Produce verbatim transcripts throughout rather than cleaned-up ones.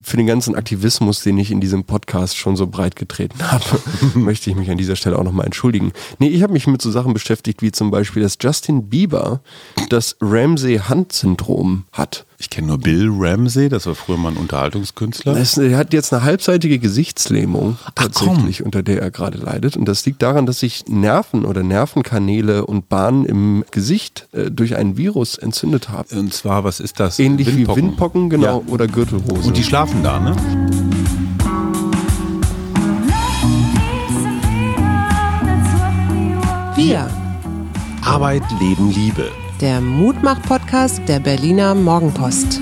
für den ganzen Aktivismus, den ich in diesem Podcast schon so breit getreten habe, möchte ich mich an dieser Stelle auch nochmal entschuldigen. Nee, ich habe mich mit so Sachen beschäftigt, wie zum Beispiel, dass Justin Bieber das Ramsay-Hunt-Syndrom hat. Ich kenne nur Bill Ramsay, das war früher mal ein Unterhaltungskünstler. Das, er hat jetzt eine halbseitige Gesichtslähmung tatsächlich, unter der er gerade leidet. Und das liegt daran, dass sich Nerven oder Nervenkanäle und Bahnen im Gesicht äh, durch ein Virus entzündet haben. Und zwar, was ist das? Ähnlich Windpocken. wie Windpocken, genau, Ja. oder Gürtelrose. Und die schlafen da, ne? Wir, Arbeit, Leben, Liebe. der Mutmach-Podcast der Berliner Morgenpost.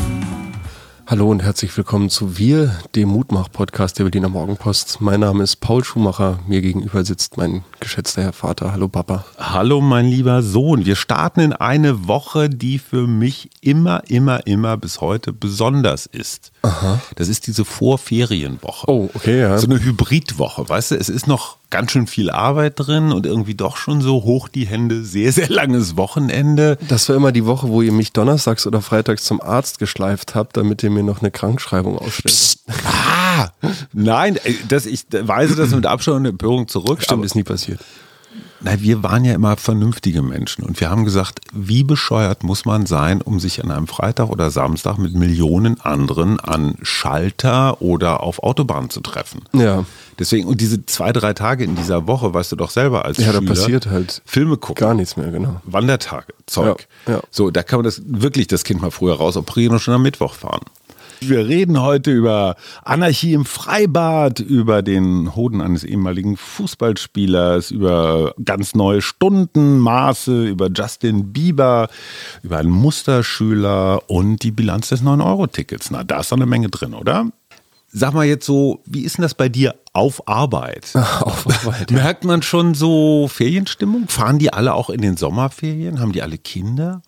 Hallo und herzlich willkommen zu Wir, dem Mutmach-Podcast der Berliner Morgenpost. Mein Name ist Paul Schumacher, mir gegenüber sitzt mein geschätzter Herr Vater. Hallo Papa. Hallo mein lieber Sohn, wir starten in eine Woche, die für mich immer, immer, immer bis heute besonders ist. Aha. Das ist diese Vorferienwoche. Oh, okay, ja. So eine Hybridwoche, weißt du, es ist noch ganz schön viel Arbeit drin und irgendwie doch schon so hoch die Hände, sehr, sehr langes Wochenende. Das war immer die Woche, wo ihr mich donnerstags oder freitags zum Arzt geschleift habt, damit ihr mir noch eine Krankschreibung ausstellt. Ah, nein, das, ich weise das mit Abstand und Empörung zurück. Stimmt, aber- ist nie passiert. Nein, wir waren ja immer vernünftige Menschen und wir haben gesagt, wie bescheuert muss man sein, um sich an einem Freitag oder Samstag mit Millionen anderen an Schalter oder auf Autobahnen zu treffen. Ja. Deswegen, und diese zwei, drei Tage in dieser Woche, weißt du doch selber als Ja, da Schüler, passiert halt Filme gucken, gar nichts mehr, genau. Wandertage, Zeug. Ja, ja. So, da kann man das wirklich das Kind mal früher raus operieren und schon am Mittwoch fahren. Wir reden heute über Anarchie im Freibad, über den Hoden eines ehemaligen Fußballspielers, über ganz neue Stundenmaße, über Justin Bieber, über einen Musterschüler und die Bilanz des neun Euro Tickets. Na, da ist doch eine Menge drin, oder? Sag mal jetzt so, wie ist denn das bei dir auf Arbeit? Auf Arbeit, ja. Merkt man schon so Ferienstimmung? Fahren die alle auch in den Sommerferien? Haben die alle Kinder?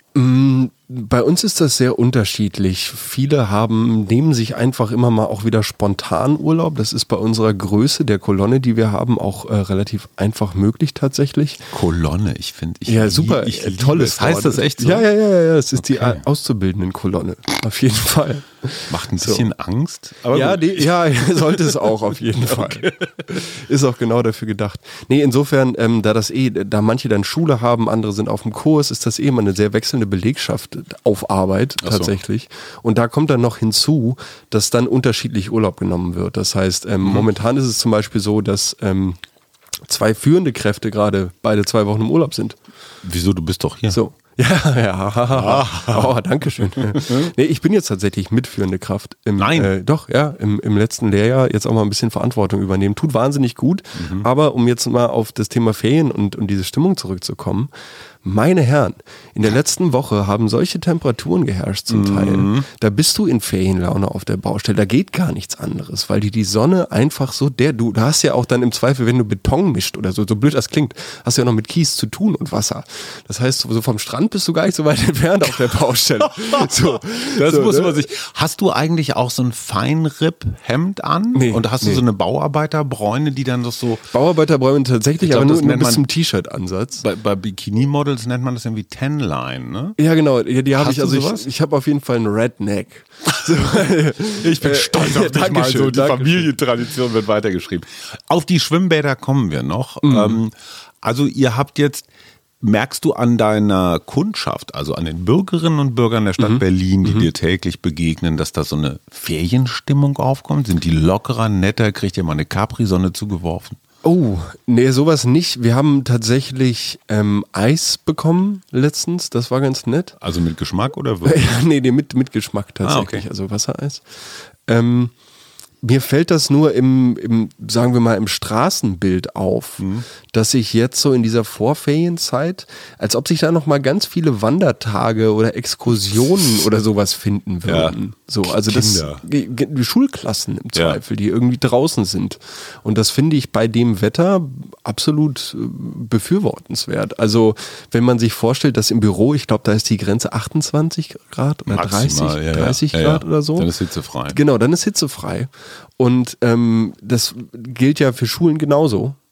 Bei uns ist das sehr unterschiedlich. Viele haben, nehmen sich einfach immer mal auch wieder spontan Urlaub. Das ist bei unserer Größe der Kolonne, die wir haben, auch äh, relativ einfach möglich tatsächlich. Kolonne, ich finde. Ich Ja, lieb- super, ich äh, liebe tolles es. Heißt Wort. das echt so? Ja, ja, ja, ja, es ist die Okay. Auszubildenden-Kolonne. Auf jeden Fall. Macht ein bisschen Angst. Aber Ja, gut. die, ja, sollte es auch auf jeden Fall. Ist auch genau dafür gedacht. Nee, insofern, ähm, da das eh, da manche dann Schule haben, andere sind auf dem Kurs, ist das eh immer eine sehr wechselnde Belegschaft auf Arbeit Ach so. tatsächlich. Und da kommt dann noch hinzu, dass dann unterschiedlich Urlaub genommen wird. Das heißt, ähm, Mhm. momentan ist es zum Beispiel so, dass ähm, zwei führende Kräfte gerade beide zwei Wochen im Urlaub sind. Wieso, du bist doch hier. So. Ja, ja, oh, danke schön. Nee, ich bin jetzt tatsächlich mitführende Kraft. Im, Nein. Äh, doch, ja, im, im letzten Lehrjahr jetzt auch mal ein bisschen Verantwortung übernehmen. Tut wahnsinnig gut, Mhm. aber um jetzt mal auf das Thema Ferien und, und diese Stimmung zurückzukommen, meine Herren, in der letzten Woche haben solche Temperaturen geherrscht zum Teil. Da bist du in Ferienlaune auf der Baustelle, da geht gar nichts anderes, weil die die Sonne einfach so, der, du, du hast ja auch dann im Zweifel, wenn du Beton mischt oder so, so blöd das klingt, hast du ja noch mit Kies zu tun und Wasser. Das heißt, so vom Strand bist du gar nicht so weit entfernt auf der Baustelle. So, Das so, muss ne? man sich. Hast du eigentlich auch so ein Feinripp-Hemd an? Nee, Und hast du nee. so eine Bauarbeiterbräune, die dann doch so. Bauarbeiterbräume tatsächlich, Ich glaub, aber nur, das nur nennt bis man- zum T-Shirt-Ansatz. Bei, bei Bikini-Models nennt man das irgendwie Ten-Line, ne? Ja, genau, ja, die habe Hast ich, du also sowas? ich, ich habe auf jeden Fall einen Redneck. So, Ich bin äh, stolz auf dich mal Dankeschön, so. Die Dankeschön. Familientradition wird weitergeschrieben. Auf die Schwimmbäder kommen wir noch. Mhm. Ähm, also ihr habt jetzt, merkst du an deiner Kundschaft, also an den Bürgerinnen und Bürgern der Stadt Mhm. Berlin, die dir täglich begegnen, dass da so eine Ferienstimmung aufkommt? Sind die lockerer, netter? Kriegt ihr mal eine Capri-Sonne zugeworfen? Oh, nee, sowas nicht. Wir haben tatsächlich ähm, Eis bekommen letztens, das war ganz nett. Also mit Geschmack oder wirklich? Ja, nee, nee, mit, mit Geschmack tatsächlich, Ah, okay. also Wassereis. Ähm, mir fällt das nur im, im, sagen wir mal, im Straßenbild auf, Mhm. dass sich jetzt so in dieser Vorferienzeit, als ob sich da noch mal ganz viele Wandertage oder Exkursionen oder sowas finden würden. So, also Kinder. das G- G- Schulklassen im Ja. Zweifel, die irgendwie draußen sind. Und das finde ich bei dem Wetter absolut äh, befürwortenswert. Also wenn man sich vorstellt, dass im Büro, ich glaube, da ist die Grenze achtundzwanzig Grad oder Maximal, dreißig, ja, ja. dreißig Ja, ja. Grad oder so. Dann ist hitzefrei. Genau, dann ist hitzefrei. Und ähm, das gilt ja für Schulen genauso.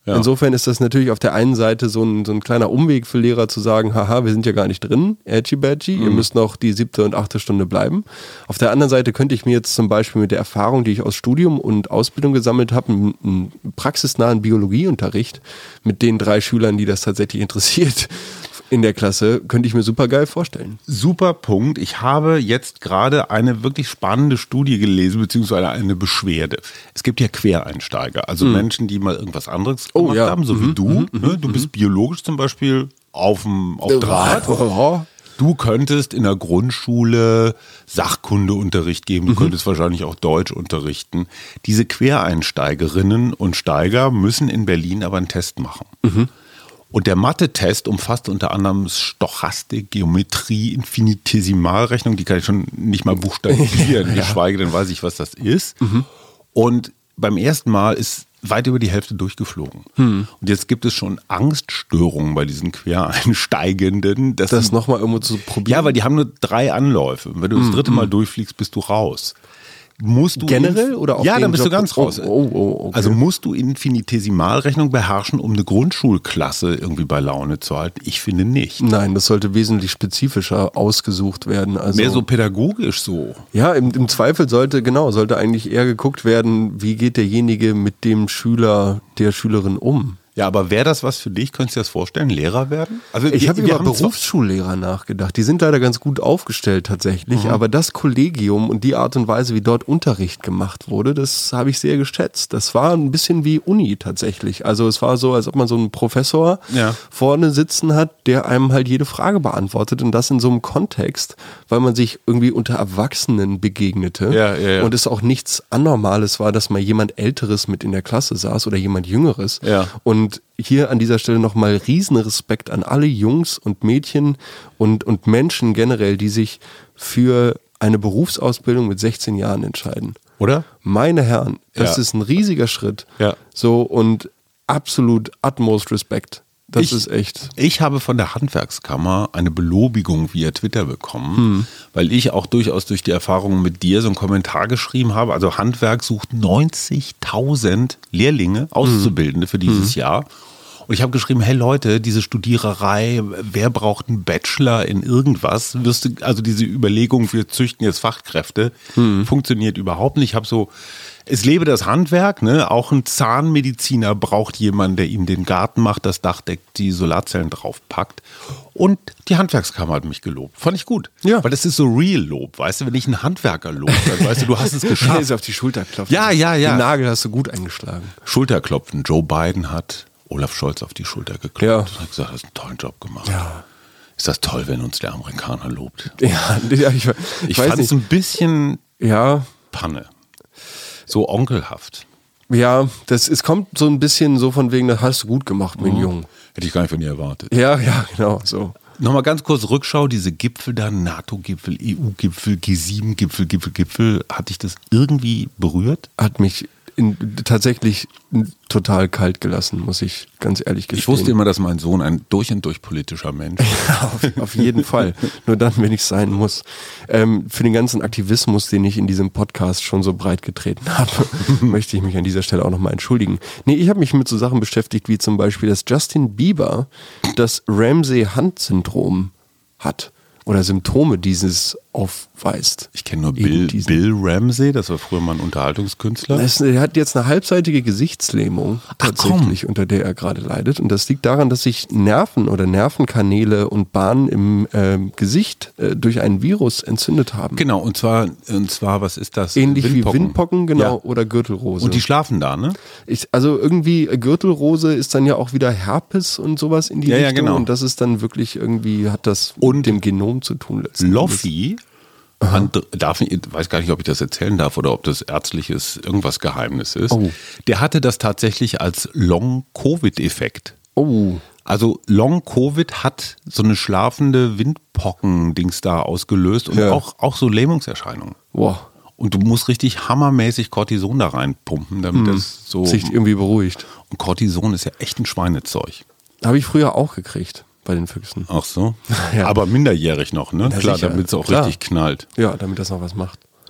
Ja. Insofern ist das natürlich auf der einen Seite so ein, so ein kleiner Umweg für Lehrer zu sagen, haha, wir sind ja gar nicht drin, edgy badgy, mhm. ihr müsst noch die siebte und achte Stunde bleiben. Auf der anderen Seite könnte ich mir jetzt zum Beispiel mit der Erfahrung, die ich aus Studium und Ausbildung gesammelt habe, einen, einen praxisnahen Biologieunterricht mit den drei Schülern, die das tatsächlich interessiert, in der Klasse, könnte ich mir super geil vorstellen. Super Punkt. Ich habe jetzt gerade eine wirklich spannende Studie gelesen, beziehungsweise eine Beschwerde. Es gibt ja Quereinsteiger, also mhm. Menschen, die mal irgendwas anderes oh, gemacht ja. haben, so mhm. wie du. Mhm. Ne? Du bist biologisch zum Beispiel auf, dem, auf Draht. Oh. Du könntest in der Grundschule Sachkundeunterricht geben, du mhm. könntest wahrscheinlich auch Deutsch unterrichten. Diese Quereinsteigerinnen und Steiger müssen in Berlin aber einen Test machen. Mhm. Und der Mathe-Test umfasst unter anderem Stochastik, Geometrie, Infinitesimalrechnung, die kann ich schon nicht mal buchstabieren, ja. geschweige denn weiß ich, was das ist. Mhm. Und beim ersten Mal ist weit über die Hälfte durchgeflogen. Mhm. Und jetzt gibt es schon Angststörungen bei diesen Quereinsteigenden. Dass das nochmal irgendwo zu probieren? Ja, weil die haben nur drei Anläufe. Und wenn du das dritte Mal durchfliegst, bist du raus. Musst du generell oder auf Ja, den dann bist Job? du ganz raus. Oh, oh, oh, okay. Also musst du Infinitesimalrechnung beherrschen, um eine Grundschulklasse irgendwie bei Laune zu halten? Ich finde nicht. Nein, das sollte wesentlich spezifischer ausgesucht werden. Also, mehr so pädagogisch so. Ja, im, im Zweifel sollte, genau, sollte eigentlich eher geguckt werden, wie geht derjenige mit dem Schüler, der Schülerin um? Ja, aber wäre das was für dich? Könntest du dir das vorstellen, Lehrer werden? Also ich wir, habe wir über Berufsschullehrer nachgedacht. Die sind leider ganz gut aufgestellt tatsächlich, mhm. aber das Kollegium und die Art und Weise, wie dort Unterricht gemacht wurde, das habe ich sehr geschätzt. Das war ein bisschen wie Uni tatsächlich. Also es war so, als ob man so einen Professor ja. vorne sitzen hat, der einem halt jede Frage beantwortet und das in so einem Kontext, weil man sich irgendwie unter Erwachsenen begegnete ja, ja, ja. und es auch nichts Anormales war, dass mal jemand Älteres mit in der Klasse saß oder jemand Jüngeres. Ja. Und Und hier an dieser Stelle nochmal riesen Respekt an alle Jungs und Mädchen und, und Menschen generell, die sich für eine Berufsausbildung mit sechzehn Jahren entscheiden. Oder? Meine Herren, das ja. ist ein riesiger Schritt. Ja. So und absolut utmost Respekt. Das ich, ist echt. Ich habe von der Handwerkskammer eine Belobigung via Twitter bekommen, hm. weil ich auch durchaus durch die Erfahrungen mit dir so einen Kommentar geschrieben habe. Also Handwerk sucht neunzigtausend Lehrlinge, Auszubildende hm. für dieses hm. Jahr. Und ich habe geschrieben, hey Leute, diese Studiererei, wer braucht einen Bachelor in irgendwas? Wirst du, also diese Überlegung, wir züchten jetzt Fachkräfte, hm. funktioniert überhaupt nicht. Ich habe so, es lebe das Handwerk, ne? Auch ein Zahnmediziner braucht jemanden, der ihm den Garten macht, das Dach deckt, die Solarzellen draufpackt. Und die Handwerkskammer hat mich gelobt. Fand ich gut. Ja. Weil das ist so Real-Lob, weißt du, wenn ich einen Handwerker lobe, dann weißt du, du hast es geschafft. Ist auf die Schulter klopfen. Ja, ja, ja. Den Nagel hast du gut eingeschlagen. Schulterklopfen. Joe Biden hat Olaf Scholz auf die Schulter geklopft ja. und hat gesagt, du hast einen tollen Job gemacht. Ja. Ist das toll, wenn uns der Amerikaner lobt? Ja, ich, ich fand es ein bisschen ja. Panne. So onkelhaft. Ja, das, es kommt so ein bisschen so von wegen, das hast du gut gemacht, mein mhm. Junge. Hätte ich gar nicht von dir erwartet. Ja, ja, genau, so. Nochmal ganz kurz Rückschau, diese Gipfel da, NATO-Gipfel, E U-Gipfel, G sieben Gipfel, Gipfel, Gipfel, hat dich das irgendwie berührt? Hat mich in, tatsächlich total kalt gelassen, muss ich ganz ehrlich gestehen. Ich wusste immer, dass mein Sohn ein durch und durch politischer Mensch ist. Ja, auf, auf jeden Fall. Nur dann, wenn ich sein muss. Ähm, für den ganzen Aktivismus, den ich in diesem Podcast schon so breit getreten habe, möchte ich mich an dieser Stelle auch nochmal entschuldigen. Nee, ich habe mich mit so Sachen beschäftigt, wie zum Beispiel, dass Justin Bieber das Ramsay-Hunt-Syndrom hat. Oder Symptome dieses aufweist. Ich kenne nur Bill, Bill Ramsay, das war früher mal ein Unterhaltungskünstler. Das, er hat jetzt eine halbseitige Gesichtslähmung tatsächlich, unter der er gerade leidet. Und das liegt daran, dass sich Nerven oder Nervenkanäle und Bahnen im äh, Gesicht äh, durch ein Virus entzündet haben. Genau, und zwar, und zwar was ist das? Ähnlich Windpocken. wie Windpocken, genau, ja. oder Gürtelrose. Und die schlafen da, ne? Ich, also irgendwie Gürtelrose ist dann ja auch wieder Herpes und sowas in die ja, Richtung. Ja, genau. Und das ist dann wirklich irgendwie, hat das und mit dem Genom zu tun. Loffi, man darf, ich weiß gar nicht, ob ich das erzählen darf oder ob das ärztliches irgendwas Geheimnis ist. Oh. Der hatte das tatsächlich als Long-Covid-Effekt. Oh. Also Long-Covid hat so eine schlafende Windpocken-Dings da ausgelöst und ja. auch, auch so Lähmungserscheinungen. Wow. Und du musst richtig hammermäßig Cortison da reinpumpen, damit hm. das so sich irgendwie beruhigt. Und Cortison ist ja echt ein Schweinezeug. Habe ich früher auch gekriegt. Bei den Füchsen. Ach so. Ja. Aber minderjährig noch, ne? Ja, klar, sicher. damit es auch Klar. richtig knallt. Ja, damit das noch was macht.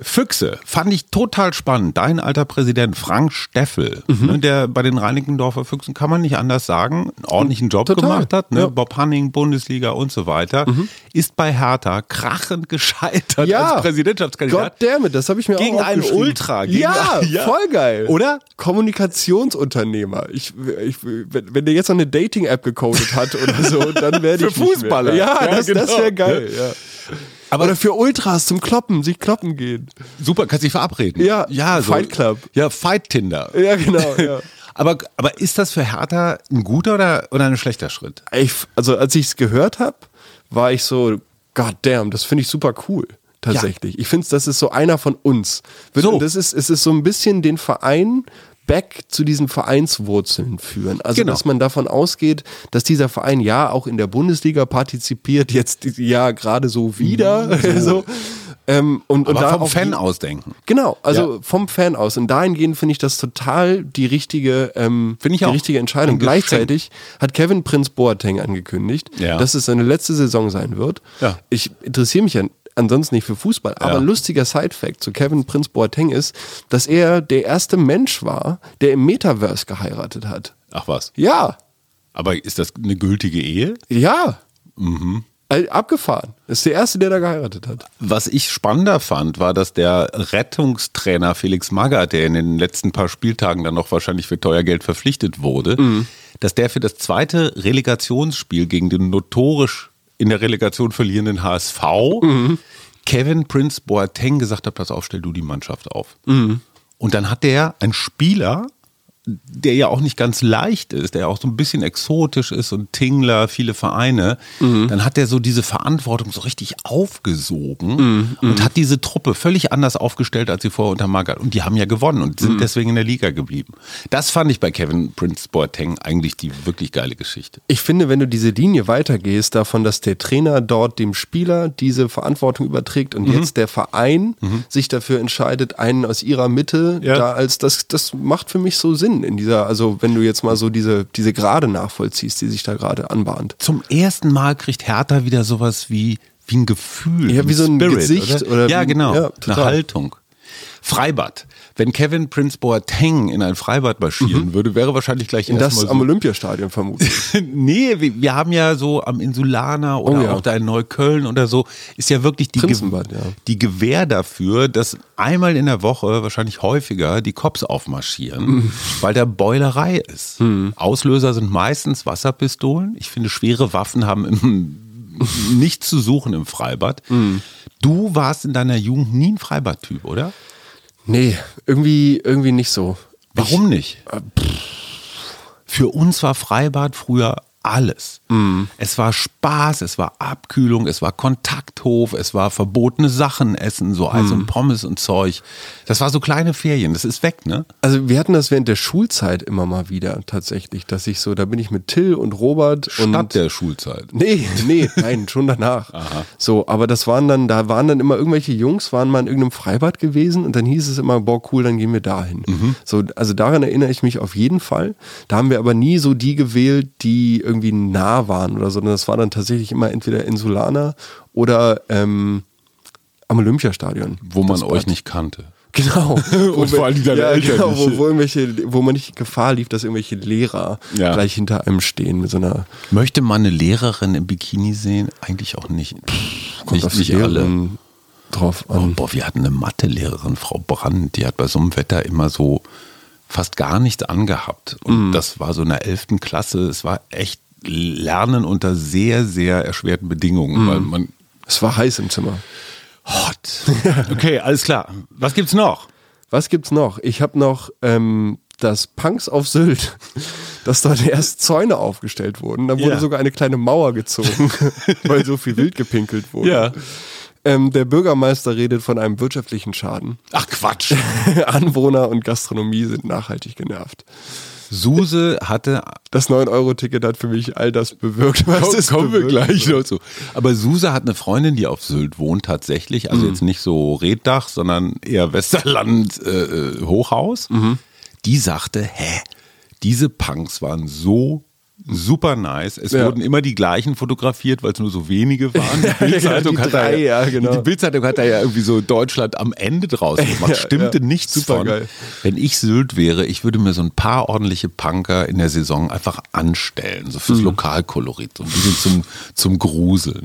Füchse, fand ich total spannend. Dein alter Präsident Frank Steffel, mhm. ne, der bei den Reinickendorfer Füchsen, kann man nicht anders sagen, einen ordentlichen Job total. gemacht hat. Ne? Ja. Bob Hanning, Bundesliga und so weiter. Mhm. Ist bei Hertha krachend gescheitert ja. als Präsidentschaftskandidat. Goddammit, das habe ich mir gegen auch einen Ultra. Gegen ja, einen, ja, voll geil. Oder? Kommunikationsunternehmer. Ich, ich, wenn, wenn der jetzt noch eine Dating-App gecodet hat oder so, dann werde ich Für Fußballer. Ja, ja, das, genau. das wäre geil. Ja. Aber oder für Ultras zum Kloppen, sich kloppen gehen. Super, kannst dich verabreden. Ja, ja so, Fight Club. Ja, Fight Tinder. Ja, genau. Ja. aber, aber ist das für Hertha ein guter oder, oder ein schlechter Schritt? Ich, also als ich es gehört habe, war ich so, God damn, das finde ich super cool. Tatsächlich. Ja. Ich finde, das ist so einer von uns. So. Das ist, es ist so ein bisschen den Verein back zu diesen Vereinswurzeln führen. Also, genau. dass man davon ausgeht, dass dieser Verein ja auch in der Bundesliga partizipiert, jetzt ja gerade so wieder. So. so. Ähm, und, Aber und da vom Fan die, ausdenken. Genau, also ja. vom Fan aus. Und dahingehend finde ich das total die richtige, ähm, Find ich die auch richtige Entscheidung. Gleichzeitig hat Kevin Prince Boateng angekündigt, ja. dass es seine letzte Saison sein wird. Ja. Ich interessiere mich ja ansonsten nicht für Fußball, aber ja. ein lustiger Side-Fact zu Kevin Prince Boateng ist, dass er der erste Mensch war, der im Metaverse geheiratet hat. Ach was? Ja. Aber ist das eine gültige Ehe? Ja. Mhm. Abgefahren. Das ist der Erste, der da geheiratet hat. Was ich spannender fand, war, dass der Rettungstrainer Felix Magath, der in den letzten paar Spieltagen dann noch wahrscheinlich für teuer Geld verpflichtet wurde, mhm. dass der für das zweite Relegationsspiel gegen den notorisch in der Relegation verlierenden H S V mhm. Kevin Prince Boateng gesagt hat, pass auf, stell du die Mannschaft auf. Mhm. Und dann hat der einen Spieler, der ja auch nicht ganz leicht ist, der ja auch so ein bisschen exotisch ist und Tingler, viele Vereine, mhm. dann hat der so diese Verantwortung so richtig aufgesogen mhm. und hat diese Truppe völlig anders aufgestellt, als sie vorher unter Magath. Und die haben ja gewonnen und sind mhm. deswegen in der Liga geblieben. Das fand ich bei Kevin Prince Boateng eigentlich die wirklich geile Geschichte. Ich finde, wenn du diese Linie weitergehst, davon, dass der Trainer dort dem Spieler diese Verantwortung überträgt und mhm. jetzt der Verein mhm. sich dafür entscheidet, einen aus ihrer Mitte ja. da als, das, das macht für mich so Sinn. In dieser, also wenn du jetzt mal so diese, diese Gerade nachvollziehst, die sich da gerade anbahnt. Zum ersten Mal kriegt Hertha wieder sowas wie, wie ein Gefühl. Ja, wie so ein Spirit, Gesicht. Oder? Oder ja, wie, genau. Ja, eine Haltung. Freibad. Wenn Kevin Prince Boateng in ein Freibad marschieren mhm. würde, wäre wahrscheinlich gleich in das so am Olympiastadion vermutlich. Nee, wir, wir haben ja so am Insulaner oder oh, ja. auch da in Neukölln oder so, ist ja wirklich die, Ge- ja. die Gewähr dafür, dass einmal in der Woche, wahrscheinlich häufiger, die Cops aufmarschieren, mhm. weil da Beulerei ist. Mhm. Auslöser sind meistens Wasserpistolen. Ich finde, schwere Waffen haben im, nichts zu suchen im Freibad. Mhm. Du warst in deiner Jugend nie ein Freibad-Typ, oder? Nee, irgendwie, irgendwie nicht so. Warum nicht? Äh, Für uns war Freibad früher alles. Mm. Es war Spaß, es war Abkühlung, es war Kontakthof, es war verbotene Sachen essen, so Eis mm. und Pommes und Zeug. Das war so kleine Ferien, das ist weg, ne? Also wir hatten das während der Schulzeit immer mal wieder tatsächlich, dass ich so, da bin ich mit Till und Robert Statt und... Statt der Schulzeit? Nee, nee, nein, schon danach. Aha. So, aber das waren dann, da waren dann immer irgendwelche Jungs, waren mal in irgendeinem Freibad gewesen und dann hieß es immer, boah cool, dann gehen wir dahin. Mhm. So, also daran erinnere ich mich auf jeden Fall. Da haben wir aber nie so die gewählt, die irgendwie nah waren oder so, sondern das war dann tatsächlich immer entweder Insulaner oder ähm, am Olympiastadion. Wo man euch nicht kannte. Genau. Und vor allem deine ja, Eltern genau, nicht. wo, wo, irgendwelche, wo man nicht Gefahr lief, dass irgendwelche Lehrer ja. gleich hinter einem stehen mit so einer... Möchte man eine Lehrerin im Bikini sehen? Eigentlich auch nicht. Pff, kommt nicht, auf nicht alle drauf an. Oh, boah, wir hatten eine Mathelehrerin, Frau Brandt, die hat bei so einem Wetter immer so fast gar nichts angehabt. Und mm. das war so in der elften Klasse. Es war echt Lernen unter sehr, sehr erschwerten Bedingungen. Mm. Weil man es war heiß im Zimmer. Hot. Okay, alles klar. Was gibt's noch? Was gibt's noch? Ich habe noch ähm, das Punks auf Sylt, dass dort erst Zäune aufgestellt wurden. Da wurde ja. sogar eine kleine Mauer gezogen, weil so viel wild gepinkelt wurde. Ja. Ähm, der Bürgermeister redet von einem wirtschaftlichen Schaden. Ach Quatsch. Anwohner und Gastronomie sind nachhaltig genervt. Suse hatte... Das neun Euro Ticket hat für mich all das bewirkt, was Komm, es Kommen bewirkt. wir gleich noch zu. Aber Suse hat eine Freundin, die auf Sylt wohnt tatsächlich. Also mhm. jetzt nicht so Reddach, sondern eher Westerland äh, Hochhaus. Mhm. Die sagte, hä, diese Punks waren so super nice. Es Ja. wurden immer die gleichen fotografiert, weil es nur so wenige waren. Die Bildzeitung die hat, drei, da ja, ja, genau. die Bildzeitung hat da ja irgendwie so Deutschland am Ende draus gemacht. Ja, Stimmte ja. nichts Super von. geil. Wenn ich Sylt wäre, ich würde mir so ein paar ordentliche Punker in der Saison einfach anstellen, so fürs Mhm. Lokalkolorit, so ein bisschen zum, zum Gruseln.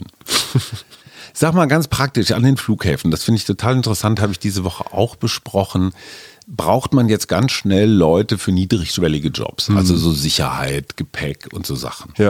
Sag mal ganz praktisch an den Flughäfen, das finde ich total interessant, habe ich diese Woche auch besprochen. Braucht man jetzt ganz schnell Leute für niedrigschwellige Jobs, also so Sicherheit, Gepäck und so Sachen. Ja.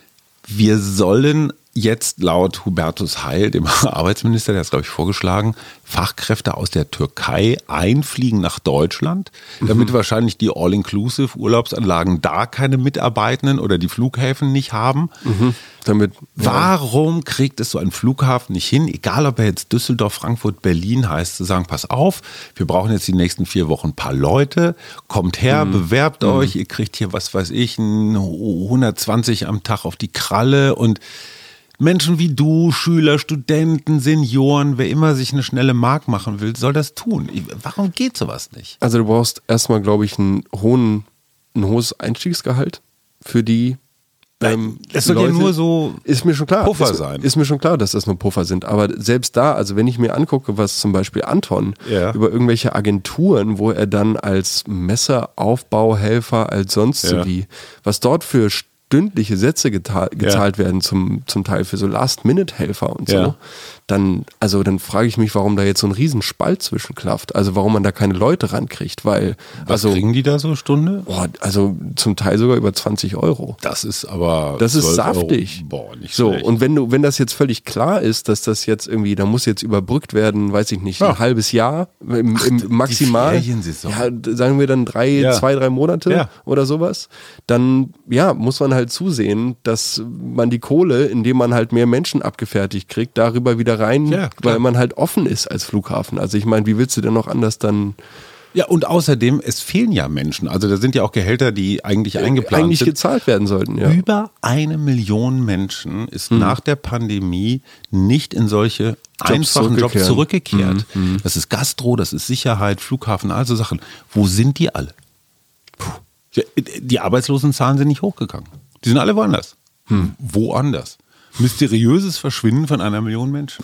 Wir sollen jetzt laut Hubertus Heil, dem Arbeitsminister, der hat es, glaube ich, vorgeschlagen, Fachkräfte aus der Türkei einfliegen nach Deutschland, damit wahrscheinlich die All-Inclusive-Urlaubsanlagen da keine Mitarbeitenden oder die Flughäfen nicht haben. Mhm. Damit, Warum kriegt es so ein Flughafen nicht hin, egal ob er jetzt Düsseldorf, Frankfurt, Berlin heißt, zu sagen, pass auf, wir brauchen jetzt die nächsten vier Wochen ein paar Leute, kommt her, Mhm. bewerbt mhm. euch, ihr kriegt hier, was weiß ich, ein hundertzwanzig am Tag auf die Kralle und Menschen wie du, Schüler, Studenten, Senioren, wer immer sich eine schnelle Mark machen will, soll das tun. Warum geht sowas nicht? Also du brauchst erstmal, glaube ich, einen hohen, ein hohes Einstiegsgehalt für die ähm, Es soll Leute. ja nur so ist mir schon klar, Puffer ist, sein. Ist mir schon klar, dass das nur Puffer sind. Aber selbst da, also wenn ich mir angucke, was zum Beispiel Anton Ja. über irgendwelche Agenturen, wo er dann als Messeraufbauhelfer, als sonst Ja. so wie, was dort für stündliche Sätze geta- gezahlt werden, zum, zum Teil für so Last-Minute-Helfer und so, Ja. dann, also dann frage ich mich, warum da jetzt so ein Riesenspalt zwischenklafft. Also warum man da keine Leute rankriegt, weil, Was also, kriegen die da so Stunde? boah, also zum Teil sogar über zwanzig Euro. Das ist aber Das ist zwölf saftig. Euro. Boah, nicht so, schlecht. und wenn du, wenn das jetzt völlig klar ist, dass das jetzt irgendwie, da muss jetzt überbrückt werden, weiß ich nicht, Ja. ein halbes Jahr im, im die maximal. Feriensaison. Ja, d- sagen wir dann drei, Ja. zwei, drei Monate Ja. oder sowas, dann ja, muss man halt zusehen, dass man die Kohle, indem man halt mehr Menschen abgefertigt kriegt, darüber wieder rein, Ja, klar. weil man halt offen ist als Flughafen. Also ich meine, wie willst du denn noch anders dann Ja, und außerdem, es fehlen ja Menschen. Also da sind ja auch Gehälter, die eigentlich eingeplant eigentlich sind. gezahlt werden sollten? Ja. Über eine Million Menschen ist nach der Pandemie nicht in solche einfachen Jobs zurückgekehren. zurückgekehrt. Das ist Gastro, das ist Sicherheit, Flughafen, also Sachen. Wo sind die alle? Puh. Ja, die Arbeitslosenzahlen sind nicht hochgegangen. Die sind alle woanders. Woanders. Mysteriöses Verschwinden von einer Million Menschen.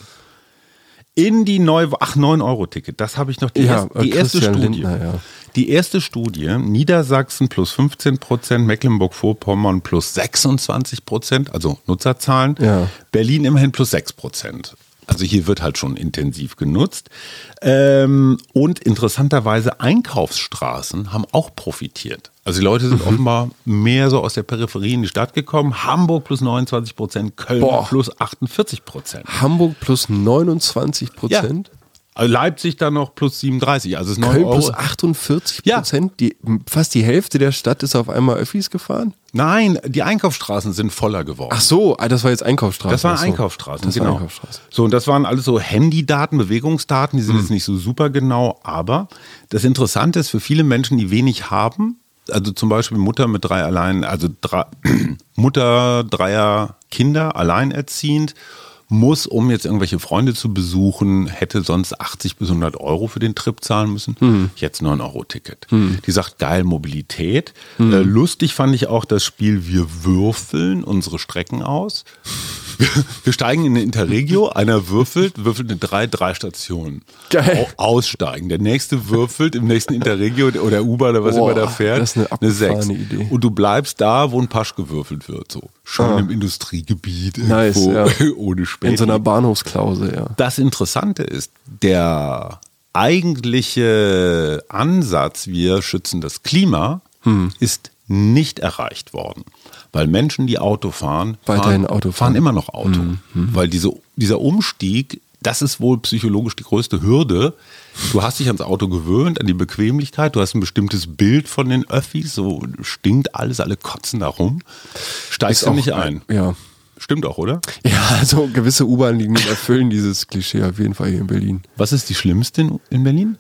In die neue, ach, neun Euro Ticket, das habe ich noch, die, Ja, erst, die erste Christian Studie. Lindner, ja. Die erste Studie, Niedersachsen plus fünfzehn Prozent, Mecklenburg-Vorpommern plus sechsundzwanzig Prozent, also Nutzerzahlen, Ja. Berlin immerhin plus sechs Prozent. Also hier wird halt schon intensiv genutzt. Ähm, und interessanterweise Einkaufsstraßen haben auch profitiert. Also die Leute sind Mhm. offenbar mehr so aus der Peripherie in die Stadt gekommen. Hamburg plus neunundzwanzig Prozent, Köln Boah. plus achtundvierzig Prozent. Hamburg plus neunundzwanzig Prozent? Also Leipzig dann noch plus siebenunddreißig. Also es ist neun Köln Euro. plus achtundvierzig Ja. Prozent? Die, fast die Hälfte der Stadt ist auf einmal Öffis gefahren? Nein, die Einkaufsstraßen sind voller geworden. Ach so, ah, das war jetzt Einkaufsstraßen. Das waren Ach so. Einkaufsstraßen, Das war genau. Einkaufsstraßen. So, und das waren alles so Handydaten, Bewegungsdaten, die sind jetzt nicht so super genau, aber das Interessante ist für viele Menschen, die wenig haben, also zum Beispiel Mutter mit drei allein, also drei, Mutter dreier Kinder, alleinerziehend, muss, um jetzt irgendwelche Freunde zu besuchen, hätte sonst achtzig bis hundert Euro für den Trip zahlen müssen. Mhm. Jetzt neun Euro Ticket. Die sagt, geil, Mobilität. Äh, lustig fand ich auch das Spiel Wir würfeln unsere Strecken aus. Wir steigen in eine Interregio, einer würfelt, würfelt eine drei, drei Stationen. Geil. Au- Aussteigen. Der nächste würfelt im nächsten Interregio oder U-Bahn oder was Boah, immer da fährt. das ist eine sechs. abgefahrene Idee. Und du bleibst da, wo ein Pasch gewürfelt wird. So. Schön Ah. im Industriegebiet Nice, irgendwo, ja. ohne Späti. In so einer Bahnhofsklause, ja. Das Interessante ist, der eigentliche Ansatz, wir schützen das Klima, Hm. ist nicht erreicht worden. Weil Menschen, die Auto fahren, Weiterhin fahren, Auto fahren. fahren immer noch Auto. Weil diese, dieser Umstieg, das ist wohl psychologisch die größte Hürde. Du hast dich ans Auto gewöhnt, an die Bequemlichkeit, du hast ein bestimmtes Bild von den Öffis, so stinkt alles, alle kotzen da rum. Steigst Ist du auch- nicht ein. Ja. Stimmt auch, oder? Ja, also gewisse U-Bahn-Linien erfüllen dieses Klischee auf jeden Fall hier in Berlin. Was ist die schlimmste in, in Berlin?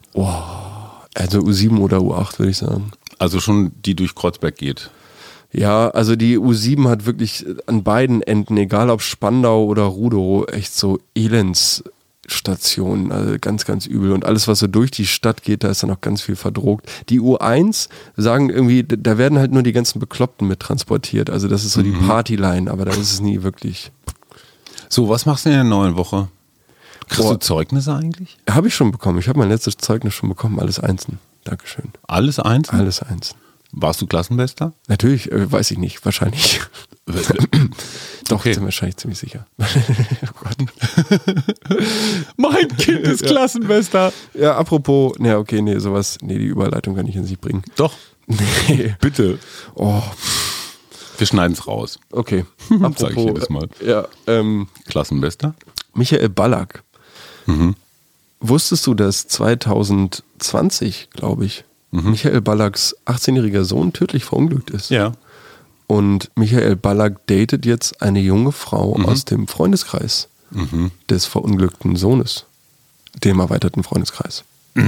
Also U sieben oder U acht, würde ich sagen. Also schon die durch Kreuzberg geht. Ja, also die U sieben hat wirklich an beiden Enden, egal ob Spandau oder Rudow, echt so Elends Stationen, also ganz, ganz übel. Und alles, was so durch die Stadt geht, da ist dann auch ganz viel verdrogt. Die U eins sagen irgendwie, da werden halt nur die ganzen Bekloppten mit transportiert. Also das ist so die Partyline, aber da ist es nie wirklich. So, was machst du in der neuen Woche? Kriegst Boah. du Zeugnisse eigentlich? Habe ich schon bekommen. Ich habe mein letztes Zeugnis schon bekommen. Alles einzeln. Dankeschön. Alles eins? Alles einzeln. Warst du Klassenbester? Natürlich, äh, weiß ich nicht. Wahrscheinlich. Doch, Okay. ich bin wahrscheinlich ziemlich sicher. Oh Gott. Mein Kind ist Klassenbester. Ja, apropos, ne, okay, nee, sowas, nee, die Überleitung kann ich jetzt nicht bringen. Doch, Nee. bitte. Oh, Wir schneiden es raus. okay. Sag ich jedes Mal. Ja, ähm, Klassenbester? Michael Ballack. Mhm. Wusstest du, dass zwanzig zwanzig, glaube ich, Mhm. Michael Ballacks achtzehnjähriger Sohn tödlich verunglückt ist? Ja. Und Michael Ballack datet jetzt eine junge Frau aus dem Freundeskreis Mhm. des verunglückten Sohnes, dem erweiterten Freundeskreis.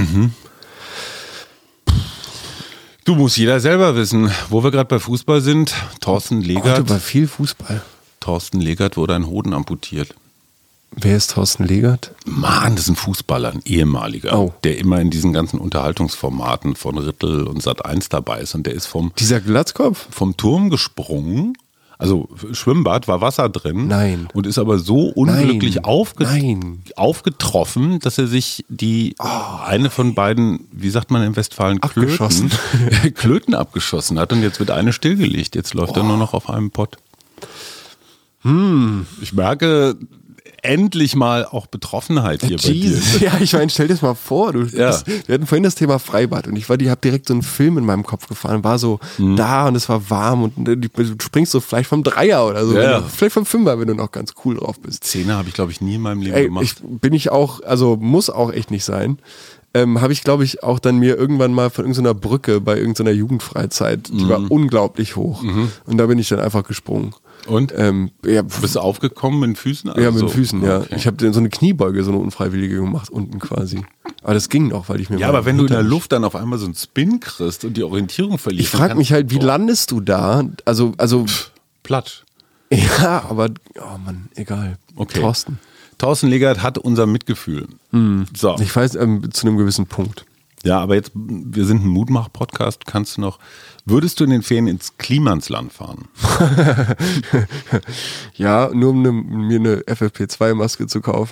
Du, musst jeder selber wissen, wo wir gerade bei Fußball sind. Thorsten Heute Legert. war viel Fußball. Thorsten Legert wurde ein Hoden amputiert. Wer ist Thorsten Legert? Mann, das ist ein Fußballer, ein ehemaliger, Oh. der immer in diesen ganzen Unterhaltungsformaten von Rittel und Sat eins dabei ist. Und der ist vom, Dieser Glatzkopf? vom Turm gesprungen. Also Schwimmbad, war Wasser drin. Nein. Und ist aber so unglücklich Nein. aufge Nein. aufgetroffen, dass er sich die eine von beiden, wie sagt man in Westfalen, Abgeschossen. Klöten, Klöten abgeschossen hat. Und jetzt wird eine stillgelegt. Jetzt läuft er nur noch auf einem Pott. Hm. Ich merke endlich mal auch Betroffenheit hier Jesus. bei dir. Ja, ich meine, stell dir das mal vor. Du, Ja. das, wir hatten vorhin das Thema Freibad und ich war, die habe direkt so einen Film in meinem Kopf gefahren, war so Mhm. da und es war warm und du springst so vielleicht vom Dreier oder so, Ja, wenn ja. du, vielleicht vom Fünfer, wenn du noch ganz cool drauf bist. Szene habe ich, glaube ich, nie in meinem Leben Ey, gemacht. ich bin ich auch, also muss auch echt nicht sein. Ähm, habe ich, glaube ich, auch dann mir irgendwann mal von irgendeiner Brücke bei irgendeiner Jugendfreizeit, die Mhm. war unglaublich hoch. Und da bin ich dann einfach gesprungen. Und? Ähm, ja, Bist du aufgekommen mit den Füßen? ja, mit Also den so. Füßen, ja. Okay. Ich habe so eine Kniebeuge, so eine unfreiwillige gemacht, unten quasi. Aber das ging noch, weil ich mir Ja, mal aber wenn du in der hinter- Luft dann auf einmal so einen Spin kriegst und die Orientierung verlierst. Ich frage mich halt, wie landest du da? Also, also, Platsch. ja, aber, oh Mann, egal. Okay. Thorsten. Thorsten Legert hat unser Mitgefühl. So. Ich weiß, ähm, zu einem gewissen Punkt. Ja, aber jetzt, wir sind ein Mutmach-Podcast. Kannst du noch, würdest du in den Ferien ins Klimansland fahren? Ja, nur um ne, mir eine F F P zwei Maske zu kaufen.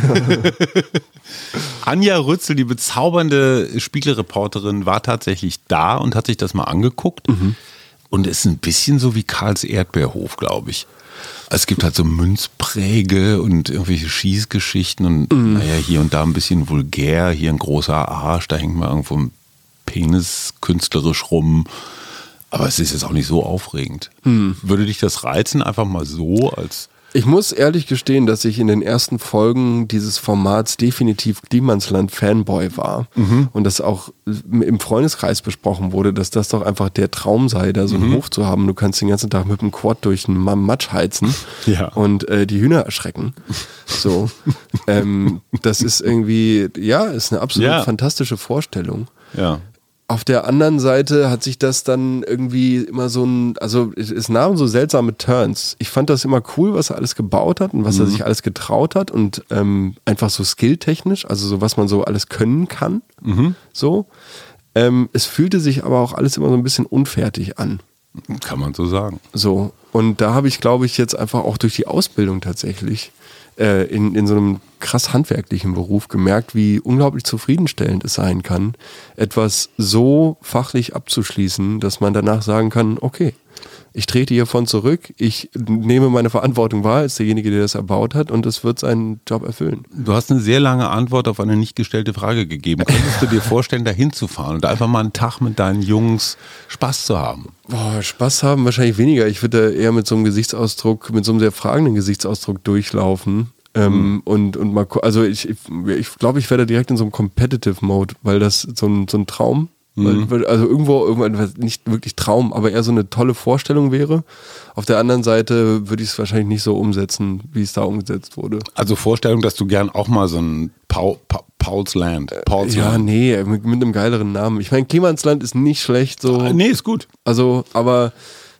Anja Rützel, die bezaubernde Spiegelreporterin, war tatsächlich da und hat sich das mal angeguckt. Und es ist ein bisschen so wie Karls Erdbeerhof, glaube ich. Es gibt halt so Münzpräge und irgendwelche Schießgeschichten und naja, hier und da ein bisschen vulgär, hier ein großer Arsch, da hängt mal irgendwo ein Penis künstlerisch rum. Aber es ist jetzt auch nicht so aufregend. Würde dich das reizen, einfach mal so als... Ich muss ehrlich gestehen, dass ich in den ersten Folgen dieses Formats definitiv Klimansland-Fanboy war. Und das auch im Freundeskreis besprochen wurde, dass das doch einfach der Traum sei, da so einen Hof zu haben. Du kannst den ganzen Tag mit dem Quad durch einen Matsch heizen Ja. und äh, die Hühner erschrecken. So. ähm, das ist irgendwie, ja, ist eine absolut Ja. fantastische Vorstellung. Ja. Auf der anderen Seite hat sich das dann irgendwie immer so ein, also es, es nahm so seltsame Turns. Ich fand das immer cool, was er alles gebaut hat und was er sich alles getraut hat und ähm, einfach so skilltechnisch, also so was man so alles können kann. So. Ähm, es fühlte sich aber auch alles immer so ein bisschen unfertig an. Kann man so sagen. So. Und da habe ich, glaube ich, jetzt einfach auch durch die Ausbildung tatsächlich äh, in, in so einem krass handwerklichen Beruf gemerkt, wie unglaublich zufriedenstellend es sein kann, etwas so fachlich abzuschließen, dass man danach sagen kann, okay, ich trete hiervon zurück, ich nehme meine Verantwortung wahr als derjenige, der das erbaut hat und es wird seinen Job erfüllen. Du hast eine sehr lange Antwort auf eine nicht gestellte Frage gegeben. Könntest du dir vorstellen, da hinzufahren und einfach mal einen Tag mit deinen Jungs Spaß zu haben? Boah, Spaß haben wahrscheinlich weniger. Ich würde da eher mit so einem Gesichtsausdruck, mit so einem sehr fragenden Gesichtsausdruck durchlaufen. Ähm, und, und mal, gu- also ich, ich, ich glaube, ich werde direkt in so einem Competitive Mode, weil das so ein, so ein Traum, weil, weil, also irgendwo, irgendwann nicht wirklich Traum, aber eher so eine tolle Vorstellung wäre. Auf der anderen Seite würde ich es wahrscheinlich nicht so umsetzen, wie es da umgesetzt wurde. Also Vorstellung, dass du gern auch mal so ein Paul, Pa- Paul's Land. Paul's Ja, Land. nee, mit, mit einem geileren Namen. Ich meine, Klimansland ist nicht schlecht so. Ah, nee, ist gut. Also, aber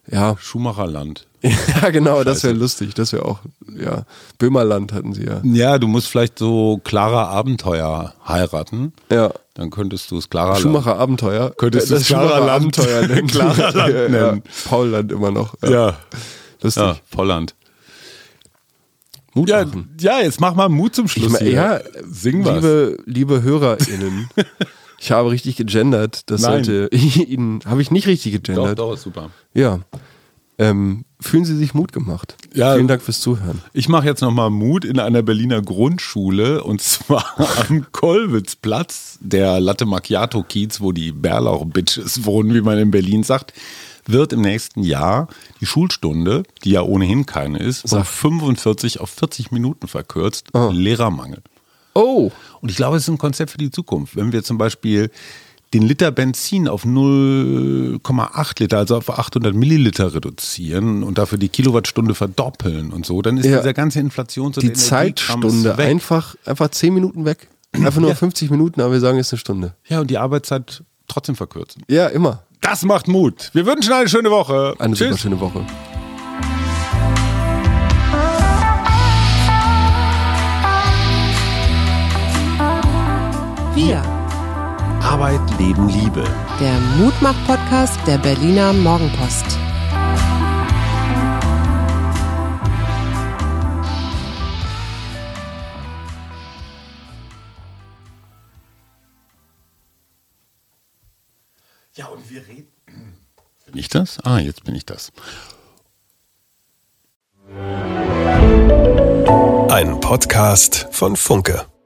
Ja. Schumacherland. Ja, genau, das wäre Scheiße. lustig. Das wäre auch, ja. Böhmerland hatten sie ja. Ja, du musst vielleicht so Clara Abenteuer heiraten. Ja. Dann könntest du es Clara Schumacher Abenteuer. Könntest du das es Clara Schumacher Land- Abenteuer nennen. Clara Land ja, nennen. Ja. Paulland immer noch. Ja. Ja, Lustig. ja, Volland. Mut Ja, machen. ja, jetzt mach mal Mut zum Ich Schluss mein, hier. ja, Sing was. liebe, liebe HörerInnen, ich habe richtig gegendert. Das Nein. sollte Ihnen, habe ich nicht richtig Doch, gegendert? doch, ist super. Ja. Ähm, fühlen Sie sich Mut gemacht? Ja. Vielen Dank fürs Zuhören. Ich mache jetzt nochmal Mut in einer Berliner Grundschule und zwar am Kollwitzplatz, der Latte Macchiato Kiez, wo die Bärlauch-Bitches wohnen, wie man in Berlin sagt, wird im nächsten Jahr die Schulstunde, die ja ohnehin keine ist, von fünfundvierzig auf vierzig Minuten verkürzt. Oh. Lehrermangel. Oh, Und ich glaube, es ist ein Konzept für die Zukunft. Wenn wir zum Beispiel den Liter Benzin auf null Komma acht Liter, also auf achthundert Milliliter reduzieren und dafür die Kilowattstunde verdoppeln und so, dann ist Ja. dieser ganze Inflations- und die Energiekrams Zeitstunde weg. einfach, einfach zehn Minuten weg. Einfach nur Ja. fünfzig Minuten, aber wir sagen, es ist eine Stunde. Ja, und die Arbeitszeit trotzdem verkürzen. Ja, immer. Das macht Mut. Wir wünschen eine schöne Woche. Eine super Tschüss. schöne Woche. Wir, Arbeit, Leben, Liebe. der Mutmach-Podcast der Berliner Morgenpost. Ja, und wir reden. Bin ich das? Ah, jetzt bin ich das. Ein Podcast von Funke.